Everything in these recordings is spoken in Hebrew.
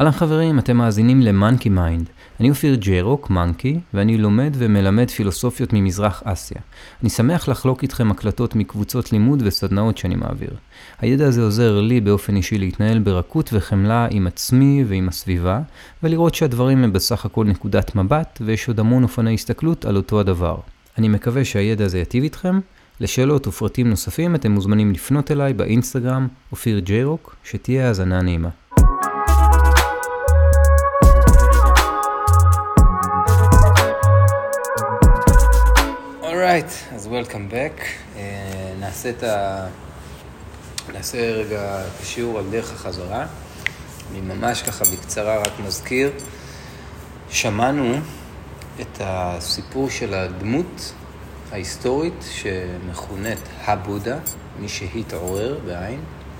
אהלן חברים, אתם מאזינים למאנקי מיינד. אני אופיר ג'ירוק, מאנקי, ואני לומד ומלמד פילוסופיות ממזרח אסיה. אני שמח לחלוק איתכם הקלטות מקבוצות לימוד וסדנאות שאני מעביר. הידע הזה עוזר לי באופן אישי להתנהל ברכות וחמלה עם עצמי ועם הסביבה, ולראות שהדברים הם בסך הכל נקודת מבט, ויש עוד המון אופני הסתכלות על אותו הדבר. אני מקווה שהידע הזה יטיב איתכם. לשאלות ופרטים נוספים אתם מוזמנים לפנות אליי באינסטגרם, אופיר ג'ירוק, שתהיה האזנה נעימה. Alright, אז welcome back. נעשה רגע שיעור על דרך החזרה. אני ממש ככה בקצרה רק מזכיר. שמענו את הסיפור של הדמות ההיסטורית שמכונת הבודה, מי שהתעורר בעין.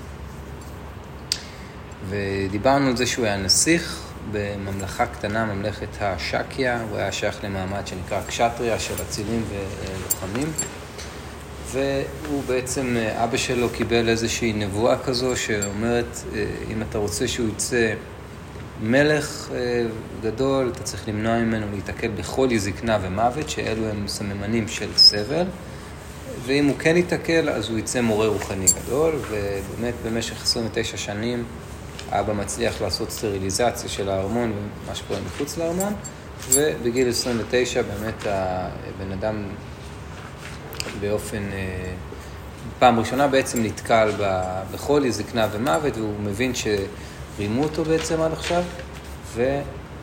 ודיברנו על זה שהוא היה נסיך בממלכה קטנה, ממלכת השקיה. הוא היה שייך למעמד שנקרא קשטריה של אצילים ולוחמים. והוא בעצם, אבא שלו קיבל איזושהי נבואה כזו שאומרת, אם אתה רוצה שהוא יצא מלך גדול, אתה צריך למנוע ממנו להתקל בחולי, זקנה ומוות, שאלו הם סממנים של סבל. ואם הוא כן יתקל, אז הוא יצא מורה רוחני גדול, ובאמת במשך 29 שנים, אבא מצליח לעשות סטריליזציה של הארמון ומה שקורה מחוץ לארמון, ובגיל 29 באמת הבן אדם באופן, פעם ראשונה בעצם נתקל בחולי, זקנה ומוות, והוא מבין שרימו אותו בעצם עד עכשיו, והוא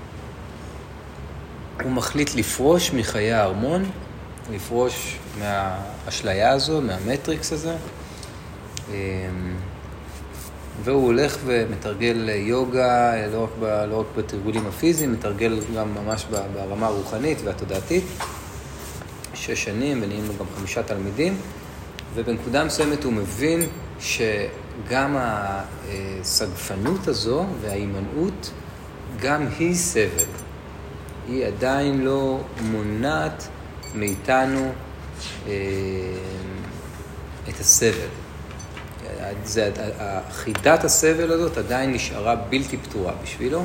מחליט לפרוש מחיי הארמון, לפרוש מהאשליה הזו, מהמטריקס הזה, והוא הולך ומתרגל יוגה, לא רק בתרגולים הפיזיים, מתרגל גם ממש ברמה הרוחנית והתודעתית. 6 שנים, ונהיים לו גם 5 תלמידים, ובנקודה מסוימת הוא מבין שגם הסגפנות הזו וההימנעות, גם היא סבל. היא עדיין לא מונעת מאיתנו את הסבל. חידת הסבל הזאת עדיין נשארה בלתי פתורה בשבילו,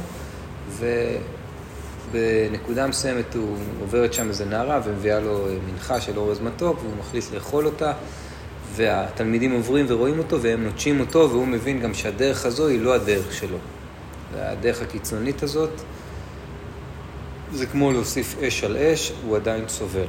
ובנקודה מסוימת הוא עוברת שם איזה נערה ומביאה לו מנחה של אורז מתוק, והוא מחליט לאכול אותה, והתלמידים עוברים ורואים אותו והם נוטשים אותו, והוא מבין גם שהדרך הזו היא לא הדרך שלו. הדרך הקיצונית הזאת, זה כמו להוסיף אש על אש, הוא עדיין סובל.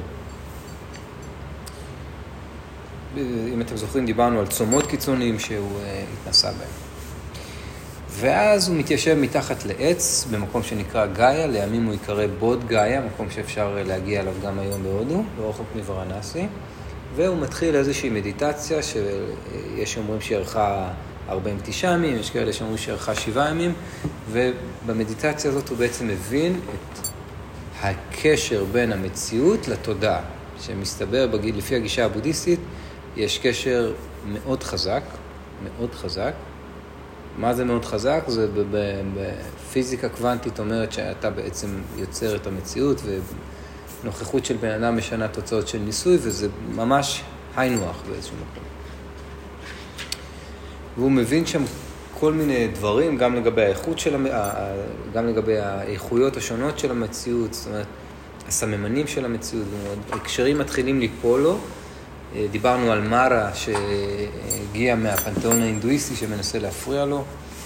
אם אתם זוכרים, דיברנו על צומות קיצוניים שהוא התנסה בהם. ואז הוא מתיישב מתחת לעץ, במקום שנקרא גאיה, לימים הוא יקרא בוד גאיה, מקום שאפשר להגיע אליו גם היום בהודו, לא רחוק מוורנסי, והוא מתחיל איזושהי מדיטציה, שיש שאומרים שערכה 49 ימים, יש כאלה שאומרים שערכה 7 ימים, ובמדיטציה הזאת הוא בעצם מבין את הקשר בין המציאות לתודעה, שמסתבר לפי הגישה הבודהיסטית, יש קשר מאוד חזק, מאוד חזק. מה זה מאוד חזק? זה בפיזיקה קוונטית אומרת שאתה בעצם יוצר את המציאות, ונוכחות של בן אדם משנה תוצאות של ניסוי, וזה ממש היינוח באיזשהו מקום. והוא מבין שם כל מיני דברים, גם לגבי האיכות גם לגבי האיכויות השונות של המציאות, זאת אומרת, הסממנים של המציאות, הקשרים מתחילים ליפול לו. דיברנו על מרה שהגיע מהפנתיאון ההינדואיסטי שמנסה להפריע לו,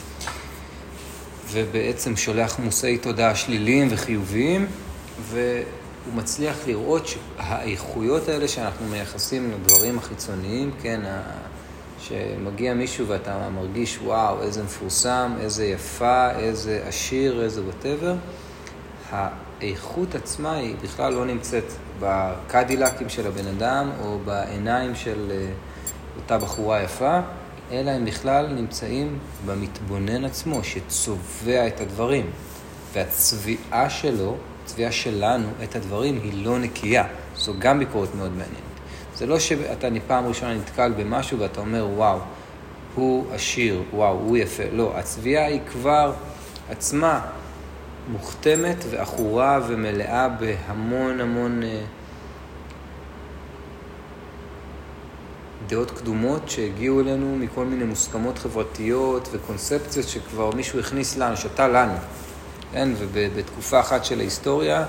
ובעצם שולח מושאי תודעה שליליים וחיוביים, והוא מצליח לראות שהאיכויות האלה שאנחנו מייחסים לדברים החיצוניים, כן, שמגיע מישהו ואתה מרגיש וואו, איזה מפורסם, איזה יפה, איזה עשיר, איזה whatever, האיכות עצמה היא בכלל לא נמצאת בקדילקים של הבן אדם או בעיניים של אותה בחורה יפה, אלא הם בכלל נמצאים במתבונן עצמו שצובע את הדברים. והצביעה שלו, הצביעה שלנו את הדברים היא לא נקייה. זו גם ביקורת מאוד מעניינת. זה לא שאתה פעם ראשונה נתקל במשהו ואתה אומר וואו, הוא עשיר, וואו, הוא יפה. לא, הצביעה היא כבר עצמה מוכתמת ואחורה ומלאה בהמון המון דעות קדומות שהגיעו אלינו מכל מיני מוסכמות חברתיות וקונספציות שכבר מישהו הכניס לנו, שתה לנו. כן? ובתקופה אחת של ההיסטוריה,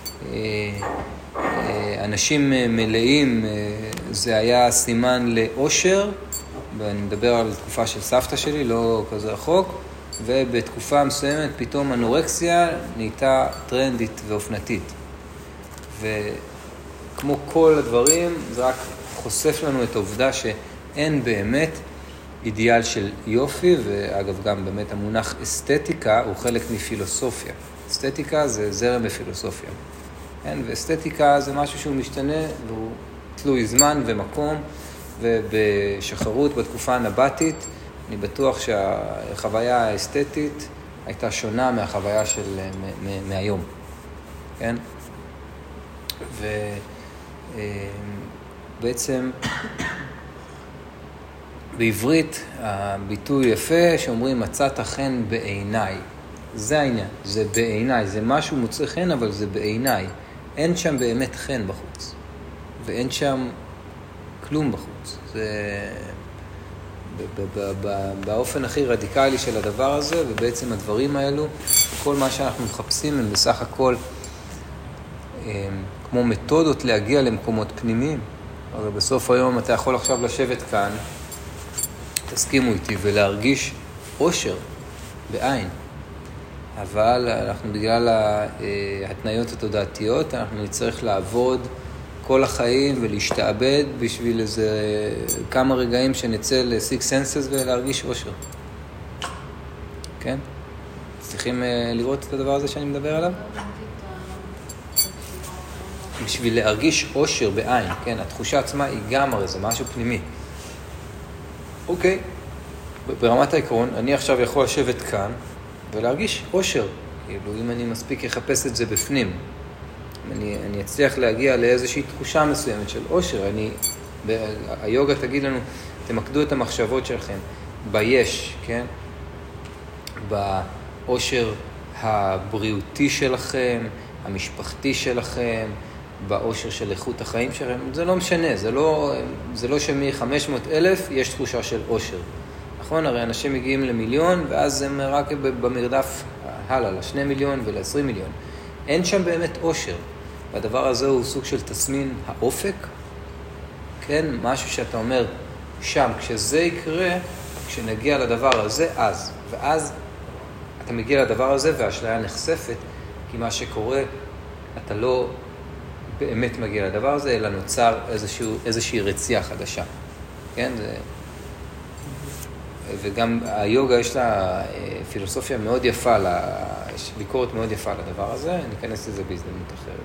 אנשים מלאים, זה היה סימן לאושר, ואני מדבר על תקופה של סבתא שלי, לא כזה רחוק, ובתקופה מסוימת פתאום אנורקסיה נהייתה טרנדית ואופנתית. וכמו כל הדברים, זה רק חושף לנו את העובדה שאין באמת אידיאל של יופי, ואגב גם באמת המונח אסתטיקה הוא חלק מפילוסופיה. אסתטיקה זה זרם בפילוסופיה. כן? ואסתטיקה זה משהו שהוא משתנה, והוא תלוי זמן ומקום, ובשחרות בתקופה הנבטית, אני בטוח שהחוויה האסתטית הייתה שונה מהחוויה של מהיום. כן? ובעצם בעברית הביטוי יפה שאומרים מצאת חן בעיניי. זה העניין, זה בעיניי, זה משהו מוצא חן אבל זה בעיניי. אין שם באמת חן בחוץ, ואין שם כלום בחוץ. זה באופן הכי רדיקלי של הדבר הזה, ובעצם הדברים האלו, כל מה שאנחנו מחפשים הם בסך הכל כמו מתודות להגיע למקומות פנימיים. אבל בסוף היום אתה יכול עכשיו לשבת כאן, תסכימו איתי, ולהרגיש אושר בעין. אבל אנחנו בגלל ההתניות התודעתיות, אנחנו נצטרך לעבוד כל החיים ולהשתעבד בשביל איזה כמה רגעים שנצא ל-Six Senses ולהרגיש אושר. כן? צריכים לראות את הדבר הזה שאני מדבר עליו? בשביל להרגיש אושר בעין, כן? התחושה עצמה היא גם הרי, זה משהו פנימי. אוקיי, ברמת העקרון, אני עכשיו יכול לשבת כאן ולהרגיש אושר. כאילו, אם אני מספיק אחפש את זה בפנים, אני אצליח להגיע לאיזושהי תחושה מסוימת של אושר. היוגה תגיד לנו, תמקדו את המחשבות שלכם ביש, כן? באושר הבריאותי שלכם, המשפחתי שלכם, באושר של איכות החיים שלכם. זה לא משנה, זה לא שמ-500,000 יש תחושה של אושר. נכון? הרי אנשים מגיעים למיליון, ואז הם רק במרדף הלאה, ל2 מיליון ול20 מיליון. אין שם באמת אושר. והדבר הזה הוא סוג של תסמין האופק, כן? משהו שאתה אומר שם, כשזה יקרה, כשנגיע לדבר הזה, אז. ואז אתה מגיע לדבר הזה והאשליה נחשפת, כי מה שקורה, אתה לא באמת מגיע לדבר הזה, אלא נוצר איזושהי רצייה חדשה. כן? וגם היוגה יש לה פילוסופיה מאוד יפה, יש ביקורת מאוד יפה לדבר הזה, ניכנס לזה בהזדמנות אחרת.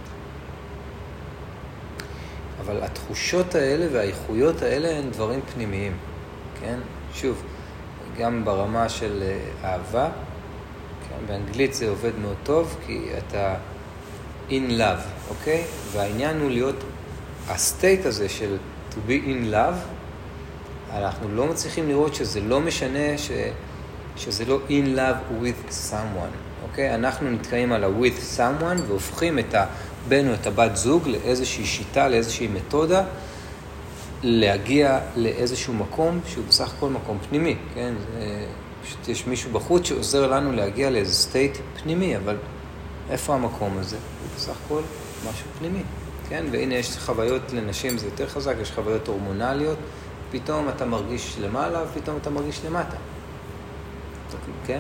אבל התחושות האלה והאיכויות האלה הן דברים פנימיים, כן? שוב, גם ברמה של אהבה, כן? באנגלית זה עובד מאוד טוב, כי אתה in love, אוקיי? והעניין הוא להיות, הסטייט הזה של to be in love, אנחנו לא מצליחים לראות שזה לא משנה, שזה לא in love with someone, אוקיי? אנחנו נתקעים על ה-with someone והופכים את הבן או את הבת זוג לאיזושהי שיטה, לאיזושהי מתודה, להגיע לאיזשהו מקום שהוא בסך הכל מקום פנימי, כן? פשוט יש מישהו בחוץ שעוזר לנו להגיע לאיזה סטייט פנימי, אבל איפה המקום הזה? הוא בסך הכל משהו פנימי, כן? והנה יש חוויות לנשים, זה יותר חזק, יש חוויות הורמונליות, פתאום אתה מרגיש למעלה, ופתאום אתה מרגיש למטה. כן?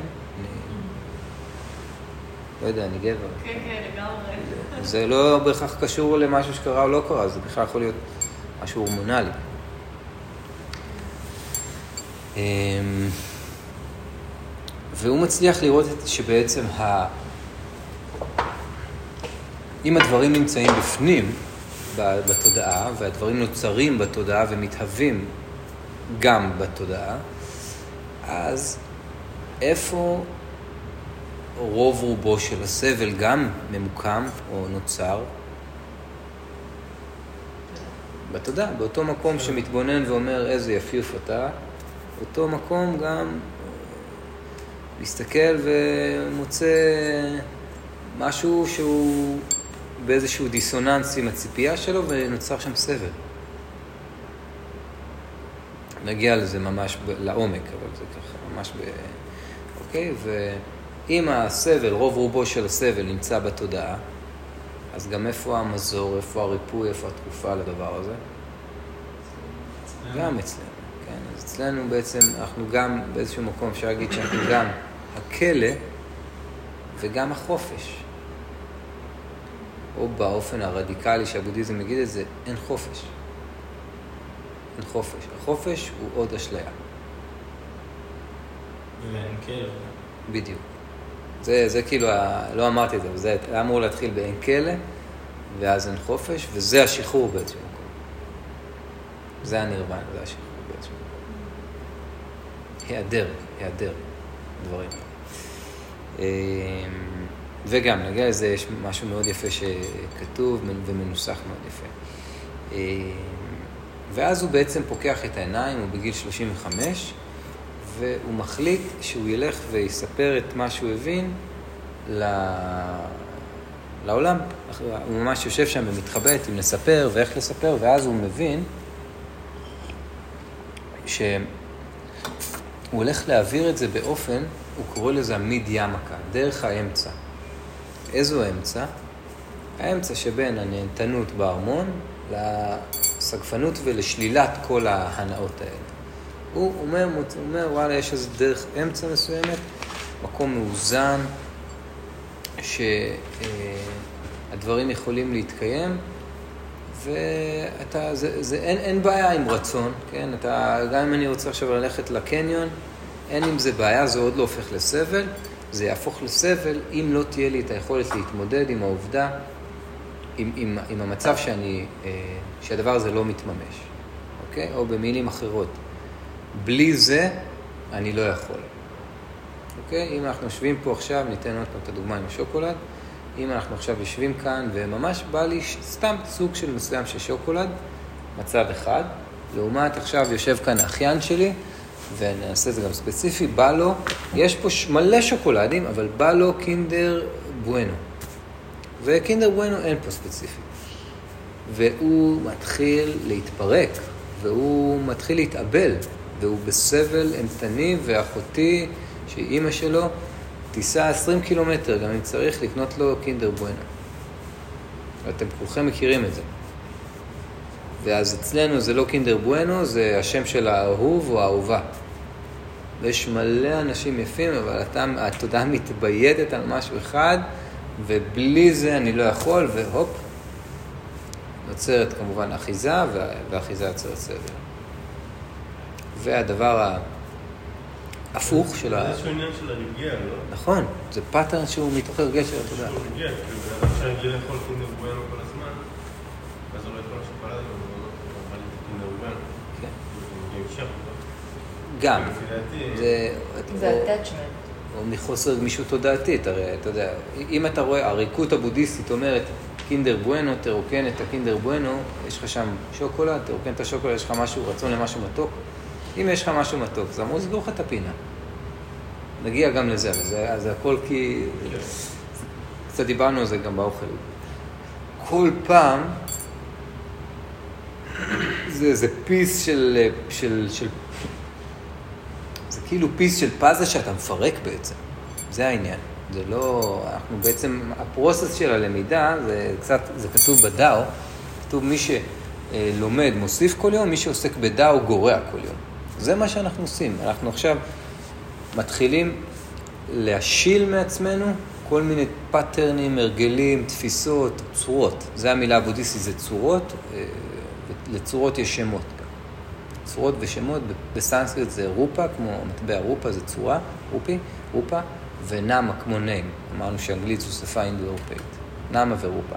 לא יודע, אני גבר. כן, כן, לגמרי. זה לא בהכרח קשור למשהו שקרה או לא קרה, זה בכלל יכול להיות משהו הורמונלי. והוא מצליח לראות שבעצם אם הדברים נמצאים בפנים, בתודעה, והדברים נוצרים בתודעה ומתהווים גם בתודעה, אז איפה רוב רובו של הסבל גם ממוקם או נוצר? בתודעה, באותו מקום שמתבונן ואומר איזה יפיוף אתה, באותו מקום גם מסתכל ומוצא משהו שהוא באיזשהו דיסוננס עם הציפייה שלו, ונוצר שם סבל. נגיע לזה ממש לעומק, אבל זה ככה, ממש אוקיי? ואם הסבל, רוב רובו של הסבל נמצא בתודעה, אז גם איפה המזור, איפה הריפוי, איפה התקופה לדבר הזה? גם אצלנו, כן? אז אצלנו בעצם, אנחנו גם באיזשהו מקום, אפשר להגיד שאנחנו גם הכלא וגם החופש. או באופן הרדיקלי שהבודהיזם מגיד את זה, אין חופש. אין חופש. החופש הוא עוד אשליה. ואין כלא. בדיוק. זה כאילו, לא אמרתי את זה, אבל זה היה אמור להתחיל באין כלא, ואז אין חופש, וזה השחרור באיזשהו מקום. זה הנירוונה, זה השחרור באיזשהו מקום. היעדר דברים. וגם, נגיע לזה, יש משהו מאוד יפה שכתוב ומנוסח מאוד יפה. ואז הוא בעצם פוקח את העיניים, הוא בגיל 35, והוא מחליט שהוא ילך ויספר את מה שהוא הבין לעולם. הוא ממש יושב שם ומתחבט אם לספר ואיך לספר, ואז הוא מבין שהוא הולך להעביר את זה באופן, הוא קורא לזה המיד-ימקה, דרך האמצע. איזו האמצע? האמצע שבין הנהנתנות בארמון לסגפנות ולשלילת כל ההנאות האלה. הוא אומר, וואלה, יש איזה דרך אמצע מסוימת, מקום מאוזן, שהדברים יכולים להתקיים, אין בעיה עם רצון, כן? גם אם אני רוצה עכשיו ללכת לקניון, אין עם זה בעיה, זה עוד לא הופך לסבל, זה יהפוך לסבל אם לא תהיה לי את היכולת להתמודד עם העובדה, עם המצב שהדבר הזה לא מתממש, אוקיי? או במילים אחרות. בלי זה אני לא יכול. אוקיי? אם אנחנו יושבים פה עכשיו, ניתן עוד פעם את הדוגמה עם השוקולד, אם אנחנו עכשיו יושבים כאן וממש בא לי סתם סוג של מסוים של שוקולד, מצב אחד, לעומת עכשיו יושב כאן האחיין שלי, ונעשה את זה גם ספציפי, בא לו, יש פה מלא שוקולדים, אבל בא לו קינדר בואנו. וקינדר בואנו אין פה ספציפי. והוא מתחיל להתפרק, והוא מתחיל להתאבל, והוא בסבל אימתני, ואחותי, שהיא אימא שלו, תיסע 20 קילומטר, גם אם צריך לקנות לו קינדר בואנו. ואתם כולכם מכירים את זה. ואז אצלנו זה לא קינדר בואנו, זה השם של האהוב או האהובה. ויש מלא אנשים יפים, אבל התודעה מתביידת על משהו אחד, ובלי זה אני לא יכול, והופ, נוצרת כמובן אחיזה, והאחיזה יוצרת סבל. והדבר ההפוך של זה איזשהו עניין של הרגע, לא? נכון, זה פאטרן שהוא מתוך הרגע של התודעה. איזשהו רגע, כאילו, אדם שהרגע לאכול קינדר בואנו כל הזמן, אז הוא לא יכול לשוקולד, אבל קינדר בואנו. כן. זה נמשך. גם. זה attachment. או מחוסר גמישות תודעתית, הרי אתה יודע, אם אתה רואה, הריקות הבודהיסטית אומרת, קינדר בואנו, תרוקן את הקינדר בואנו, יש לך שם שוקולד, תרוקן את השוקולד, יש לך משהו, רצון למשהו מתוק. אם יש לך משהו מתוק, זה אמור לסגור לך את הפינה. נגיע גם לזה, אבל זה הכל כי... קצת דיברנו על זה גם באוכל. כל פעם, זה פיס של זה כאילו פיס של פאזל שאתה מפרק בעצם. זה העניין. זה לא... אנחנו בעצם... הפרוסס של הלמידה, זה כתוב בדאו, כתוב מי שלומד מוסיף כל יום, מי שעוסק בדאו גורע כל יום. זה מה שאנחנו עושים. אנחנו עכשיו מתחילים להשיל מעצמנו כל מיני פאטרנים, הרגלים, תפיסות, צורות. זה המילה הבודהיסטית, זה צורות, לצורות יש שמות. צורות ושמות, בסנסקריט זה רופה, כמו מטבע רופה זה צורה, רופה, ונאמה כמו ניים. אמרנו שאנגלית זו שפה אינדו-אירופאית. נאמה ורופה.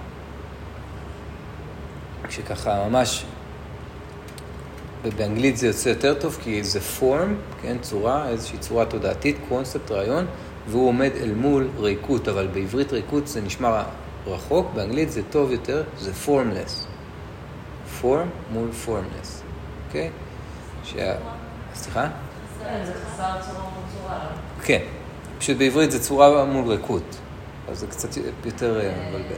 כשככה ממש, באנגלית זה יוצא יותר טוב, כי זה פורם, כן, צורה, איזושהי צורה תודעתית, קונספט, רעיון, והוא עומד אל מול ריקות, אבל בעברית ריקות זה נשמע רחוק, באנגלית זה טוב יותר, זה formless. form מול formless, אוקיי? סליחה? זה חסר צורה מול צורה. כן, פשוט בעברית זה צורה מול ריקות, אז זה קצת יותר מבלבל.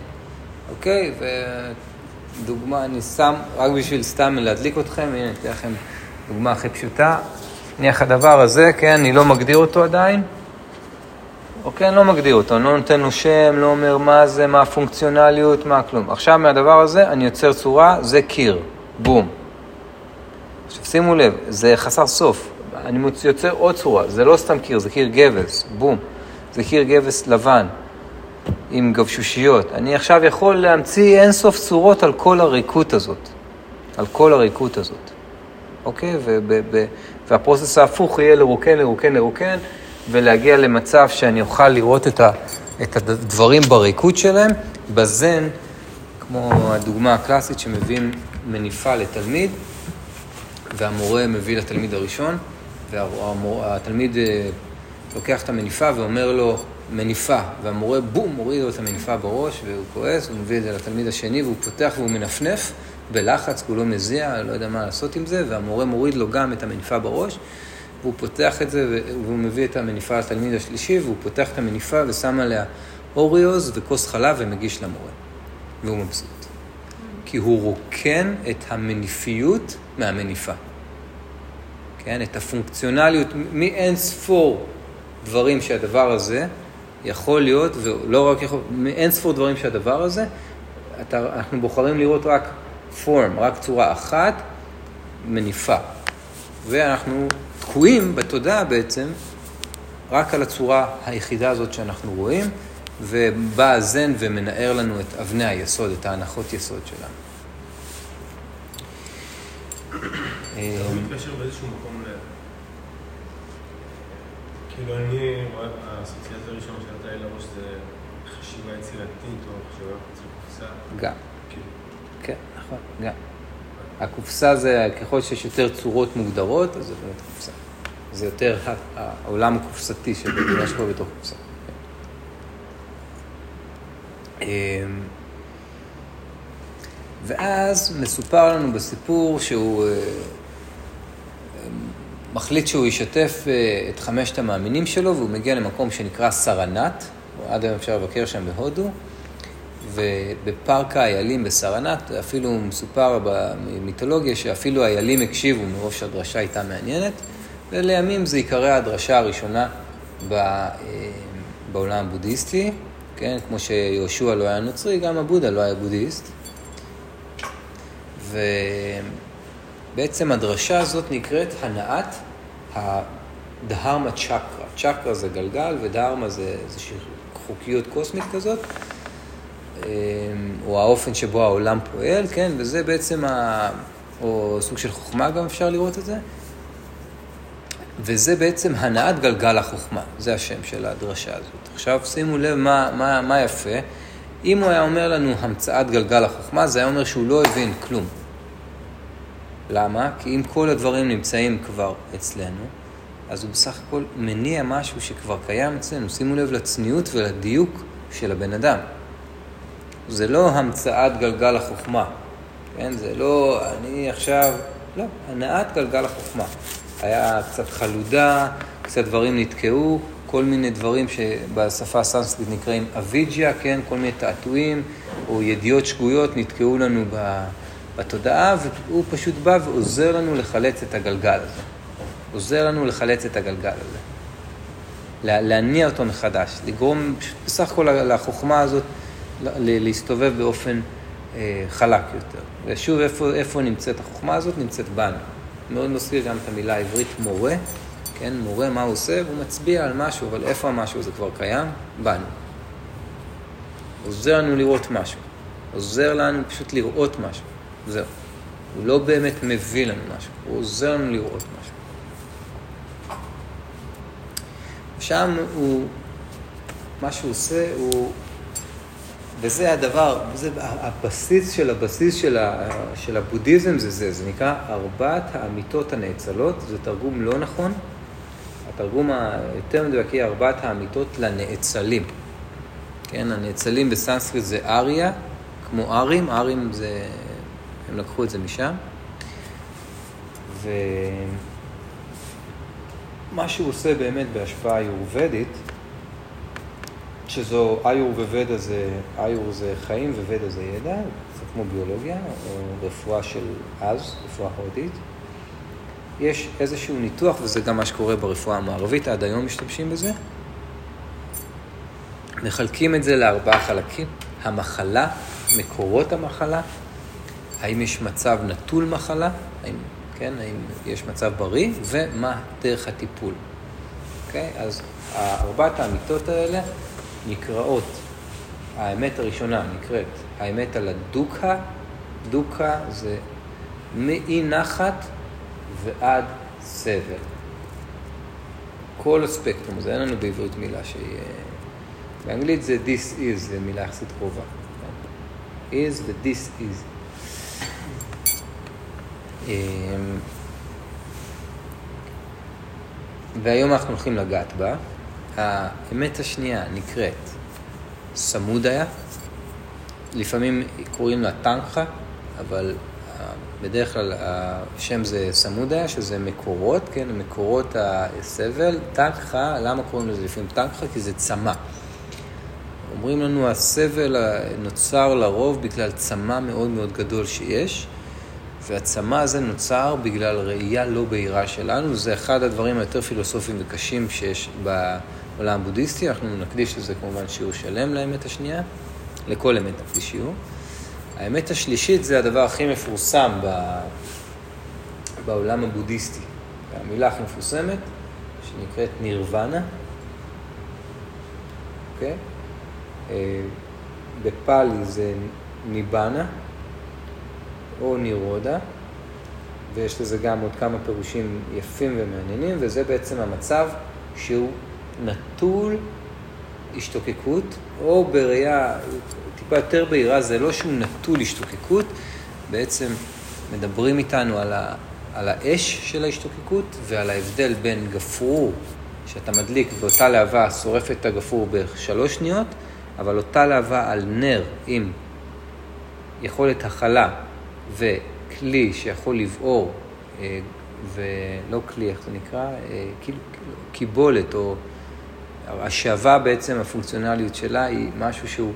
אוקיי, ודוגמה, אני שם, רק בשביל סתם להדליק אתכם, הנה, אתן לכם דוגמה הכי פשוטה, נניח הדבר הזה, כן, אני לא מגדיר אותו עדיין, אוקיי, אני לא מגדיר אותו, אני לא נותן לו שם, לא אומר מה זה, מה הפונקציונליות, מה כלום. עכשיו מהדבר הזה אני יוצר צורה, זה קיר, בום. עכשיו שימו לב, זה חסר סוף, אני יוצר עוד צורה, זה לא סתם קיר, זה קיר גבס, בום. זה קיר גבס לבן, עם גבשושיות. אני עכשיו יכול להמציא אינסוף צורות על כל הריקות הזאת. על כל הריקות הזאת. אוקיי? והפרוסס ההפוך יהיה לרוקן, לרוקן, לרוקן, ולהגיע למצב שאני אוכל לראות את הדברים בריקות שלהם, בזן, כמו הדוגמה הקלאסית שמביאים מניפה לתלמיד, והמורה מביא לתלמיד הראשון, והתלמיד לוקח את המניפה ואומר לו מניפה, והמורה בום, מוריד לו את המניפה בראש, והוא כועס, הוא מביא את זה לתלמיד השני, והוא פותח והוא מנפנף בלחץ, הוא לא מזיע, לא יודע מה לעשות עם זה, והמורה מוריד לו גם את המניפה בראש, והוא פותח את זה, והוא מביא את המניפה לתלמיד השלישי, והוא פותח את המניפה ושם עליה אוריוז וכוס חלב ומגיש למורה. והוא מבסוט. כי הוא רוקן את המניפיות מהמניפה. כן? את הפונקציונליות, מאין ספור דברים שהדבר הזה יכול להיות, ולא רק יכול, מאין ספור דברים שהדבר הזה, אנחנו בוחרים לראות רק פורם, רק צורה אחת, מניפה. ואנחנו תקועים בתודעה בעצם, רק על הצורה היחידה הזאת שאנחנו רואים, ובא הזן ומנער לנו את אבני היסוד, את ההנחות יסוד שלנו. אתה מתקשר באיזשהו מקום כאילו אני רואה, האסוציאציה הראשונה שעלתה לי לראש זה חשיבה יצירתית או חשיבה חוץ לקופסה. גם. כן, נכון, גם. הקופסה זה, ככל שיש יותר צורות מוגדרות, אז זה באמת קופסה. זה יותר העולם הקופסתי שבמה שקורה בתוך קופסה. ואז מסופר לנו בסיפור שהוא מחליט שהוא ישתף את 5 המאמינים שלו, והוא מגיע למקום שנקרא סרנט, עד היום אפשר לבקר שם בהודו, ובפארק האיילים בסרנט, אפילו מסופר במיתולוגיה שאפילו האיילים הקשיבו מרוב שהדרשה הייתה מעניינת, ולימים זה יקרא הדרשה הראשונה בעולם הבודהיסטי, כן? כמו שיהושע לא היה נוצרי, גם הבודה לא היה בודהיסט. ובעצם הדרשה הזאת נקראת הנעת הדהרמה צ'קרה. צ'קרה זה גלגל ודהרמה זה איזושהי חוקיות קוסמית כזאת, או האופן שבו העולם פועל, כן? וזה בעצם, או סוג של חוכמה גם אפשר לראות את זה. וזה בעצם הנעת גלגל החוכמה, זה השם של הדרשה הזאת. עכשיו שימו לב מה יפה. אם הוא היה אומר לנו המצאת גלגל החוכמה, זה היה אומר שהוא לא הבין כלום. למה? כי אם כל הדברים נמצאים כבר אצלנו, אז הוא בסך הכל מניע משהו שכבר קיים אצלנו. שימו לב לצניעות ולדיוק של הבן אדם. זה לא המצאת גלגל החוכמה. כן? זה לא, אני עכשיו, לא, הנעת גלגל החוכמה. היה קצת חלודה, קצת דברים נתקעו, כל מיני דברים שבשפה הסנסקריט נקראים אביג'יה, כן? כל מיני תעתועים או ידיעות שגויות נתקעו לנו בתודעה, והוא פשוט בא ועוזר לנו לחלץ את הגלגל הזה. עוזר לנו לחלץ את הגלגל הזה. להניע אותו מחדש, לגרום בסך הכל לחוכמה הזאת להסתובב באופן חלק יותר. ושוב, איפה נמצאת החוכמה הזאת? נמצאת בנו. מאוד מזכיר גם את המילה העברית מורה, כן? מורה, מה הוא עושה? הוא מצביע על משהו, אבל איפה המשהו זה כבר קיים? בנו. עוזר לנו לראות משהו. עוזר לנו פשוט לראות משהו. זהו. הוא לא באמת מביא לנו משהו, הוא עוזר לנו לראות משהו. שם מה שהוא עושה הוא, וזה הדבר, זה הבסיס של הבודהיזם, זה נקרא 4 האמיתות הנאצלות, זה תרגום לא נכון, התרגום היותר מדויק היא 4 האמיתות לנאצלים. כן, הנאצלים בסנסקריט זה אריה, כמו ארים, ארים זה, הם לקחו את זה משם, ומה שהוא עושה באמת בהשפעה איורבדית, שזו איור וודה זה, איור זה חיים וודה זה ידע, זה כמו ביולוגיה או רפואה של אז, רפואה הודית. יש איזשהו ניתוח, וזה גם מה שקורה ברפואה המערבית, עד היום משתמשים בזה. מחלקים את זה ל4 חלקים. המחלה, מקורות המחלה, האם יש מצב נטול מחלה, האם יש מצב בריא, ומה דרך הטיפול. אוקיי? אז 4 האמיתות האלה נקראות, האמת הראשונה נקראת האמת על הדוקה. דוקה זה מאי נחת ועד סבל. כל הספקטרום הזה, אין לנו בעברית מילה שהיא... באנגלית זה this is, זה מילה יחסית קרובה. is ו-this is. והיום אנחנו הולכים לגעת בה. האמת השנייה נקראת סמודיה. לפעמים קוראים לה טנקחה, אבל בדרך כלל השם זה סמודיה, שזה מקורות, כן, מקורות הסבל. טנקחה, למה קוראים לזה לפעמים טנקחה? כי זה צמא. אומרים לנו, הסבל נוצר לרוב בגלל צמא מאוד מאוד גדול שיש, והצמא הזה נוצר בגלל ראייה לא בהירה שלנו. זה אחד הדברים היותר פילוסופיים וקשים שיש בעולם הבודהיסטי. אנחנו נקדיש לזה כמובן שיעור שלם לאמת השנייה, לכל אמת נקדיש שיעור. האמת השלישית זה הדבר הכי מפורסם בעולם הבודהיסטי. המילה הכי מפורסמת, שנקראת נירוונה. אוקיי? בפאלי זה ניבנה או נירודה, ויש לזה גם עוד כמה פירושים יפים ומעניינים, וזה בעצם המצב שהוא נטול השתוקקות, או בראייה טיפה יותר בהירה, זה לא שהוא נטול השתוקקות, בעצם מדברים איתנו על האש של ההשתוקקות, ועל ההבדל בין גפרור, שאתה מדליק באותה להבה שורפת את הגפרור ב3 שניות, אבל אותה להבה על נר עם יכולת הכלה וכלי שיכול לבעור, ולא כלי, איך זה נקרא, קיבולת, או השאבה בעצם, הפונקציונליות שלה היא משהו שהוא,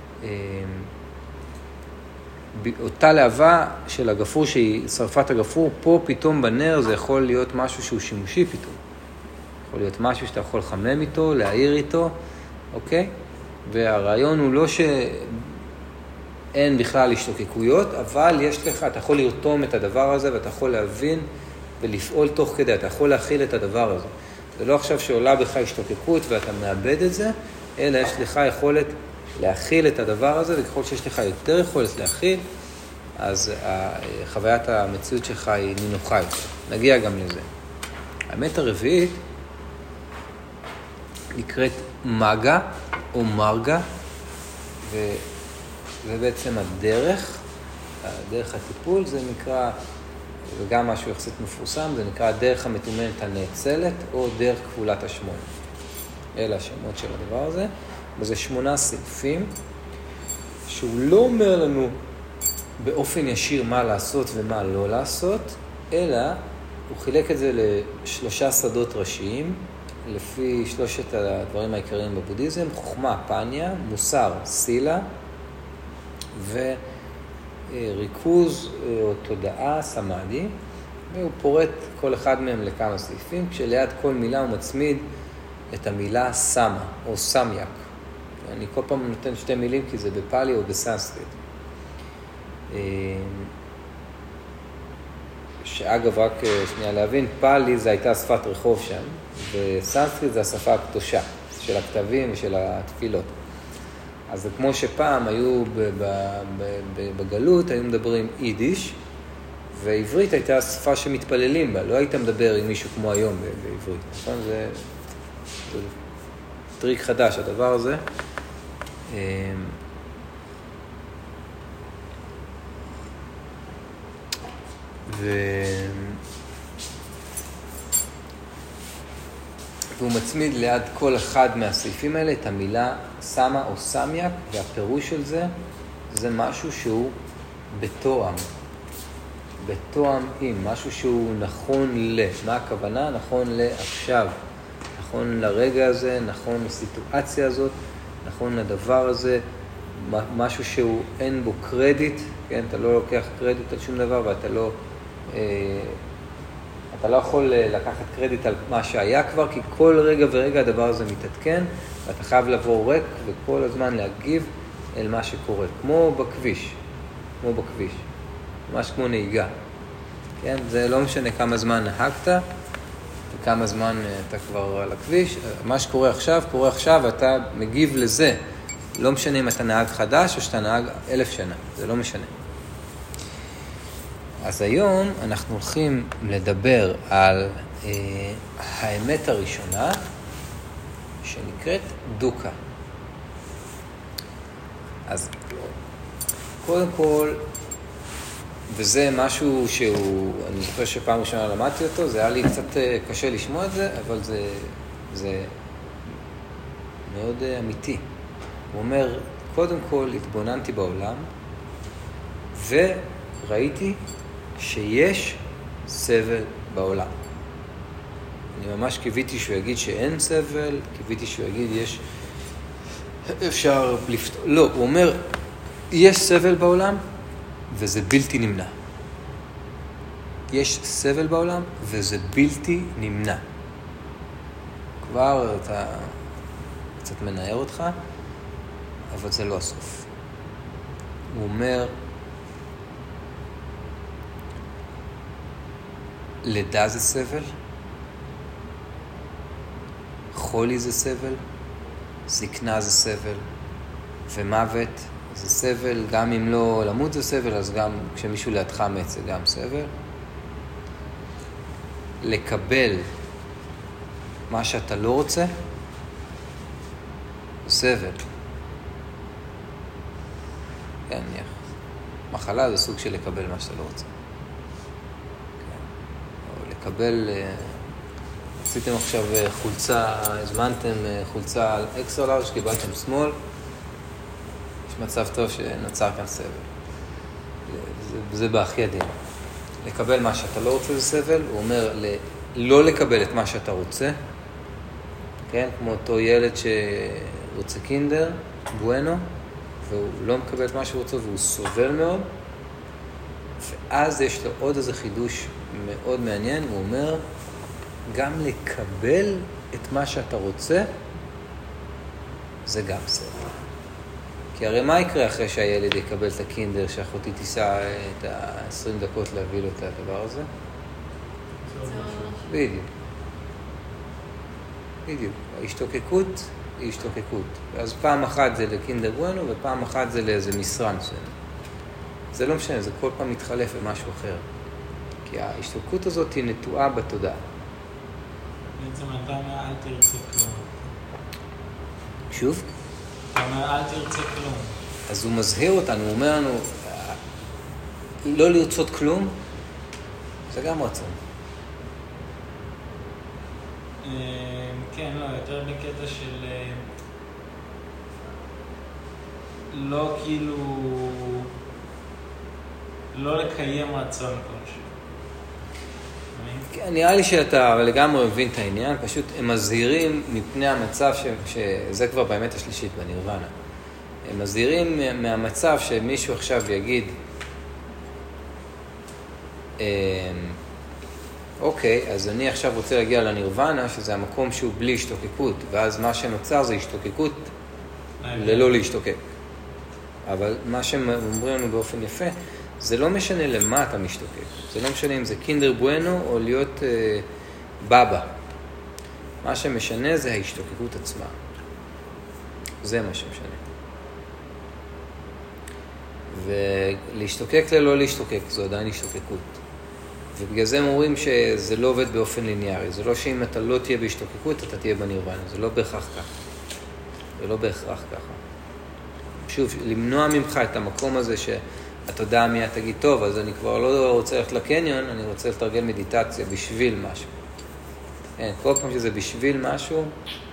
אותה להבה של הגפרור שהיא שרפת הגפרור, פה פתאום בנר זה יכול להיות משהו שהוא שימושי פתאום. יכול להיות משהו שאתה יכול לחמם איתו, להעיר איתו, אוקיי? והרעיון הוא לא שאין בכלל השתוקקויות, אבל יש לך, אתה יכול לרתום את הדבר הזה, ואתה יכול להבין ולפעול תוך כדי, אתה יכול להכיל את הדבר הזה. זה לא עכשיו שעולה בך השתוקקות ואתה מאבד את זה, אלא יש לך יכולת להכיל את הדבר הזה, וככל שיש לך יותר יכולת להכיל, אז חוויית המציאות שלך היא נינוחה יותר. נגיע גם לזה. האמת הרביעית נקראת מגה או מרגה, וזה בעצם הדרך הטיפול, זה נקרא, וגם משהו יחסית מפורסם, זה נקרא הדרך המתומנת הנאצלת, או דרך כפולת השמונה. אלה השמות של הדבר הזה, וזה 8 סעיפים, שהוא לא אומר לנו באופן ישיר מה לעשות ומה לא לעשות, אלא הוא חילק את זה ל3 שדות ראשיים, לפי 3 הדברים העיקריים בבודהיזם: חוכמה, פניה, מוסר, סילה, וריכוז או תודעה, סמאדי, והוא פורט כל אחד מהם לכמה סעיפים, כשליד כל מילה הוא מצמיד את המילה סמה או סמיאק. אני כל פעם נותן 2 מילים כי זה בפאלי או בסנסקריט. שאגב, רק שנייה להבין, פאלי זה הייתה שפת רחוב שם, וסנסקריט זה השפה הקדושה של הכתבים ושל התפילות. אז זה כמו שפעם היו בגלות, היו מדברים יידיש, ועברית הייתה שפה שמתפללים בה, לא היית מדבר עם מישהו כמו היום בעברית. נכון? זה טריק חדש, הדבר הזה. והוא מצמיד ליד כל אחד מהסעיפים האלה את המילה סמה או סמיאק, והפירוש של זה, זה משהו שהוא בתואם עם, משהו שהוא נכון מה הכוונה? נכון לעכשיו, נכון לרגע הזה, נכון לסיטואציה הזאת, נכון לדבר הזה, משהו שהוא אין בו קרדיט, כן? אתה לא לוקח קרדיט על שום דבר, ואתה לא, אתה לא יכול לקחת קרדיט על מה שהיה כבר, כי כל רגע ורגע הדבר הזה מתעדכן, ואתה חייב לבוא ריק וכל הזמן להגיב אל מה שקורה, כמו בכביש, ממש כמו נהיגה. כן? זה לא משנה כמה זמן נהגת, וכמה זמן אתה כבר על הכביש, מה שקורה עכשיו, ואתה מגיב לזה. לא משנה אם אתה נהג חדש או שאתה נהג 1000 שנה, זה לא משנה. אז היום אנחנו הולכים לדבר על האמת הראשונה, שנקראת דוקה. אז קודם כל, וזה משהו שהוא, אני זוכר שפעם ראשונה למדתי אותו, זה היה לי קצת קשה לשמוע את זה, אבל זה מאוד אמיתי. הוא אומר, קודם כל התבוננתי בעולם, וראיתי שיש סבל בעולם. אני ממש קיוויתי שהוא יגיד שאין סבל, קיוויתי שהוא יגיד יש, אפשר לפתור. לא, הוא אומר, יש סבל בעולם, וזה בלתי נמנע. יש סבל בעולם, וזה בלתי נמנע. כבר אתה קצת מנער אותך, אבל זה לא הסוף. הוא אומר, לידה זה סבל, חולי זה סבל, זקנה זה סבל, ומוות זה סבל, גם אם לא למות זה סבל, אז גם כשמישהו לידך מת זה גם סבל. לקבל מה שאתה לא רוצה, זה סבל. כן, מחלה זה סוג של לקבל מה שאתה לא רוצה. לקבל, עשיתם עכשיו חולצה, הזמנתם חולצה על אקסולר, שקיבלתם שמאל, יש מצב טוב שנוצר כאן סבל. זה בהכי עדין. לקבל מה שאתה לא רוצה זה סבל, הוא אומר לא לקבל את מה שאתה רוצה, כן? כמו אותו ילד שרוצה קינדר, בואנו, והוא לא מקבל את מה שהוא רוצה והוא סובל מאוד, ואז יש לו עוד איזה חידוש מאוד מעניין, הוא אומר, גם לקבל את מה שאתה רוצה, זה גם סבל. כי הרי מה יקרה אחרי שהילד יקבל את הקינדר, שאחותי תיסע את ה-20 דקות להביא לו את הדבר הזה? בדיוק. בדיוק. ההשתוקקות היא השתוקקות. אז פעם אחת זה לקינדר בואנו, ופעם אחת זה לאיזה משרה מסוים. זה לא משנה, זה כל פעם מתחלף במשהו אחר. כי ההשתוקקות הזאת היא נטועה בתודעה. בעצם אתה אומר, אל תרצה כלום. שוב? אתה אומר, אל תרצה כלום. אז הוא מזהיר אותנו, הוא אומר לנו, לא לרצות כלום, זה גם רצון. כן, לא, יותר בקטע של לא כאילו, לא לקיים רצון כלשהו. כן, נראה לי שאתה לגמרי מבין את העניין, פשוט הם מזהירים מפני המצב, שזה כבר באמת השלישית בנירוונה. הם מזהירים מהמצב שמישהו עכשיו יגיד, אוקיי, אז אני עכשיו רוצה להגיע לנירוונה, שזה המקום שהוא בלי השתוקקות, ואז מה שנוצר זה השתוקקות ללא להשתוקק. אבל מה שהם אומרים לנו באופן יפה, זה לא משנה למה אתה משתוקק. זה לא משנה אם זה קינדר בואנו או להיות בבא. מה שמשנה זה ההשתוקקות עצמה. זה מה שמשנה. ולהשתוקק ללא להשתוקק, זו עדיין השתוקקות. ובגלל זה הם אומרים שזה לא עובד באופן ליניארי. זה לא שאם אתה לא תהיה בהשתוקקות, אתה תהיה בנירוונה. זה לא בהכרח ככה. זה לא בהכרח ככה. שוב, למנוע ממך את המקום הזה שאתה יודע מי אתה תגיד, טוב, אז אני כבר לא רוצה ללכת לקניון, אני רוצה לתרגל מדיטציה בשביל משהו. כן, כל פעם שזה בשביל משהו,